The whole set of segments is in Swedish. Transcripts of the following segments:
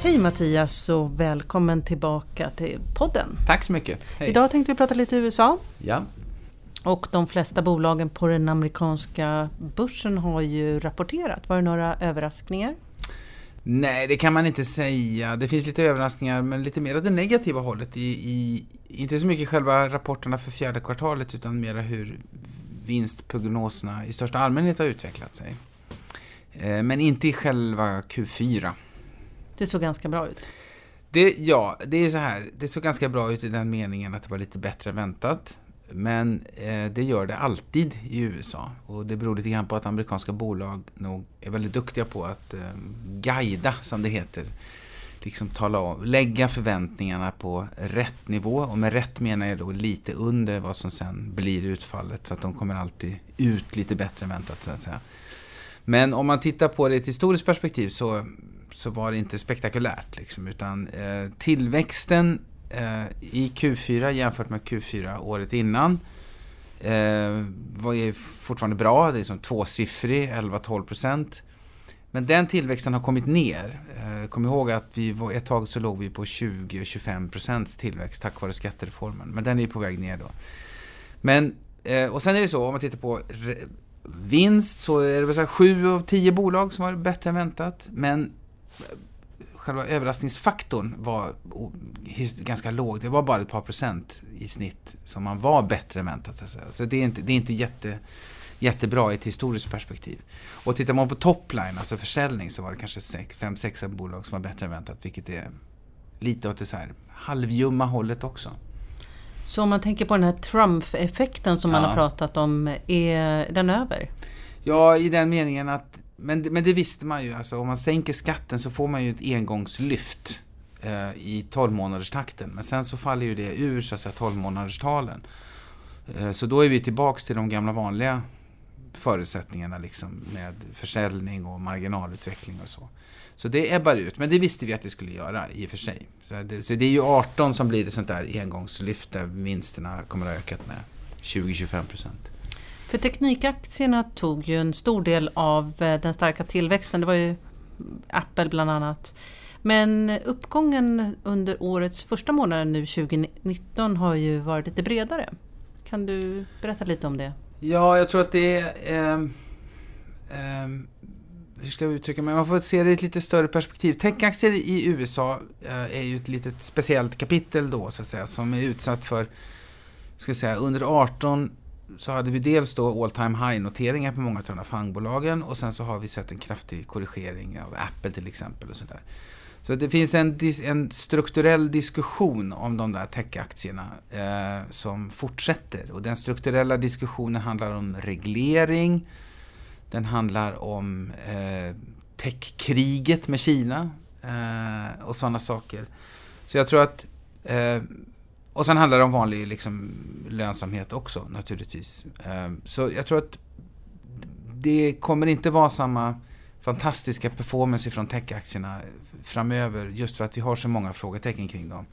Hej Mattias och välkommen tillbaka till podden. Tack så mycket. Hej. Idag tänkte vi prata lite USA. Ja. Och de flesta bolagen på den amerikanska börsen har ju rapporterat. Var det några överraskningar? Nej, det kan man inte säga. Det finns lite överraskningar, men lite mer åt det negativa hållet. Inte så mycket själva rapporterna för fjärde kvartalet, utan mer hur vinstprognoserna i största allmänhet har utvecklat sig. Men inte i själva Q4. Det såg ganska bra ut. Det är så här. Det såg ganska bra ut i den meningen att det var lite bättre än väntat. Men det gör det alltid i USA. Och det beror lite grann på att amerikanska bolag nog är väldigt duktiga på att guida, som det heter. Liksom lägga förväntningarna på rätt nivå. Och med rätt menar jag då lite under vad som sen blir utfallet. Så att de kommer alltid ut lite bättre än väntat, så att säga. Men om man tittar på det i ett historiskt perspektiv så var det inte spektakulärt. Liksom, utan tillväxten i Q4 jämfört med Q4 året innan var ju fortfarande bra. Det är som tvåsiffrig, 11-12%. Men den tillväxten har kommit ner. Kom ihåg att ett tag så låg vi på 20-25% tillväxt tack vare skattereformen. Men den är på väg ner då. Men, och sen är det så, om man tittar på vinst, så är det väl 7 av 10 bolag som var bättre än väntat. Men själva överraskningsfaktorn var ganska låg. Det var bara ett par procent i snitt som man var bättre än väntat. Så det är inte jättebra i ett historiskt perspektiv. Och tittar man på topline, alltså försäljning, så var det kanske 5-6 bolag som var bättre än väntat. Vilket är lite åt det så här halvjumma hållet också. Så om man tänker på den här Trump-effekten som man har pratat om, är den över? Ja, i den meningen att men det visste man ju, alltså om man sänker skatten så får man ju ett engångslyft i 12-månaderstakten. Men sen så faller ju det ur, så att säga, 12-månaderstalen. Så då är vi tillbaks till de gamla vanliga förutsättningarna liksom, med försäljning och marginalutveckling och så. Så det ebbar ut, men det visste vi att det skulle göra i och för sig. Så det är ju 18 som blir det sånt där engångslyft där vinsterna kommer att ha ökat med 20-25%. För teknikaktierna tog ju en stor del av den starka tillväxten. Det var ju Apple bland annat. Men uppgången under årets första månader nu 2019 har ju varit lite bredare. Kan du berätta lite om det? Ja, jag tror att det är... hur ska vi uttrycka mig? Man får se det i ett lite större perspektiv. Techaktier i USA är ju ett litet speciellt kapitel då, så att säga, som är utsatt för, ska jag säga, under 18 så hade vi dels då all time high noteringar på många av de här fangbolagen, och sen så har vi sett en kraftig korrigering av Apple till exempel och sådär. Så det finns en strukturell diskussion om de där techaktierna som fortsätter, och den strukturella diskussionen handlar om reglering, den handlar om techkriget med Kina och sådana saker. Så jag tror att och sen handlar det om vanlig liksom, lönsamhet också naturligtvis. Så jag tror att det kommer inte vara samma fantastiska performance från techaktierna framöver, just för att vi har så många frågetecken kring dem.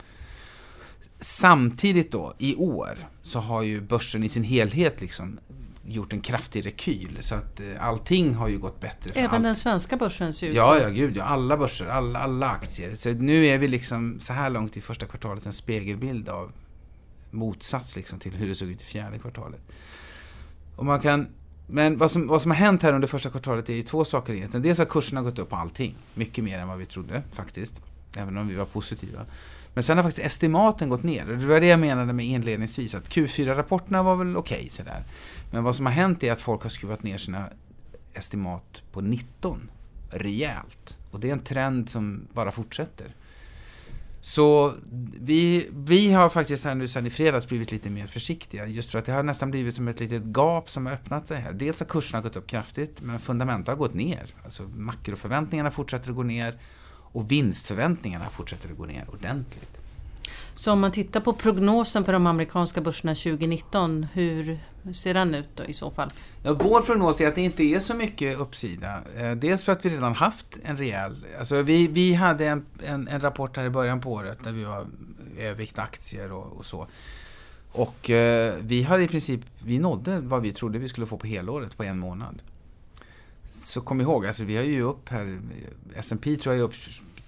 Samtidigt då, i år, så har ju börsen i sin helhet liksom gjort en kraftig rekyl, så att allting har ju gått bättre. Även den svenska börsen ser ut. Ja, alla börser, alla aktier. Så nu är vi liksom så här långt i första kvartalet en spegelbild av motsats liksom till hur det såg ut i fjärde kvartalet. Och man kan, men vad som har hänt här under första kvartalet är ju två saker egentligen. Dels har kurserna gått upp på allting, mycket mer än vad vi trodde faktiskt, även om vi var positiva. Men sen har faktiskt estimaten gått ner. Och det var det jag menade med inledningsvis, att Q4-rapporterna var väl okej sådär. Men vad som har hänt är att folk har skruvat ner sina estimat på 19 rejält. Och det är en trend som bara fortsätter. Så vi har faktiskt här nu sedan i fredags blivit lite mer försiktiga. Just för att det har nästan blivit som ett litet gap som har öppnat sig här. Dels har kurserna gått upp kraftigt, men fundamenta har gått ner. Alltså makroförväntningarna fortsätter att gå ner. Och vinstförväntningarna fortsätter att gå ner ordentligt. Så om man tittar på prognosen för de amerikanska börserna 2019, hur ser den ut då i så fall? Ja, vår prognos är att det inte är så mycket uppsida. Dels för att vi redan haft en rejäl... Alltså vi hade en rapport här i början på året där vi var övervikt aktier och så. Och vi har i princip... Vi nådde vad vi trodde vi skulle få på helåret på en månad. Så kom ihåg, alltså vi har ju upp här... S&P tror jag är upp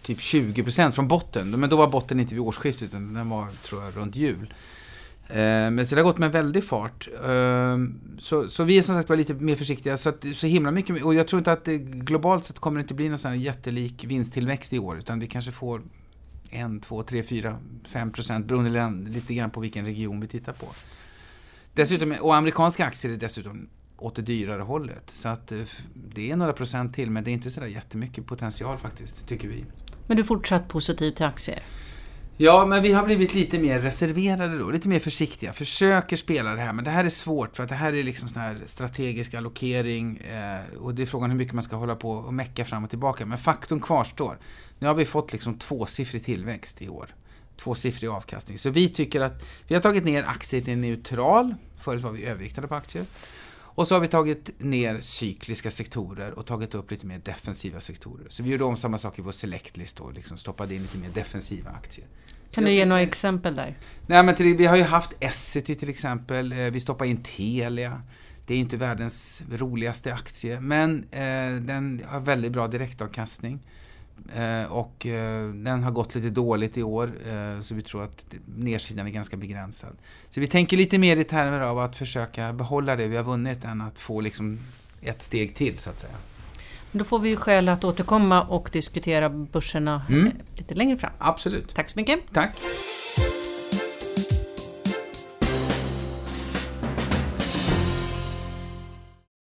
typ 20% från botten. Men då var botten inte vid årsskiftet, utan den var, tror jag, runt jul. Men så det har gått med väldigt fart. Så vi är som sagt var lite mer försiktiga. Så himla mycket. Och jag tror inte att det, globalt sett kommer det inte bli någon sån här jättelik vinsttillväxt i år. Utan vi kanske får 1, 2, 3, 4, 5% beroende lite grann på vilken region vi tittar på. Dessutom, och amerikanska aktier är dessutom åt det dyrare hållet. Så att det är några procent till, men det är inte så där jättemycket potential faktiskt, tycker vi. Men du är fortsatt positiv till aktier? Ja, men vi har blivit lite mer reserverade då, lite mer försiktiga. Försöker spela det här, men det här är svårt för att det här är liksom sån här strategisk allokering och det är frågan hur mycket man ska hålla på och mecka fram och tillbaka. Men faktum kvarstår. Nu har vi fått liksom 2-siffrig tillväxt i år. 2-siffrig avkastning. Så vi tycker att vi har tagit ner aktier till neutral. Förut var vi överviktade på aktier. Och så har vi tagit ner cykliska sektorer och tagit upp lite mer defensiva sektorer. Så vi gjorde om samma sak i vår selectlist och liksom stoppade in lite mer defensiva aktier. Kan du ge några exempel där? Nej, men vi har ju haft Essity till exempel. Vi stoppade in Telia. Det är inte världens roligaste aktie, men den har väldigt bra direktavkastning. Och den har gått lite dåligt i år, så vi tror att nedsidan är ganska begränsad. Så vi tänker lite mer i termer av att försöka behålla det vi har vunnit än att få liksom ett steg till, så att säga. Då får vi ju skäl att återkomma och diskutera börserna lite längre fram. Absolut. Tack så mycket. Tack.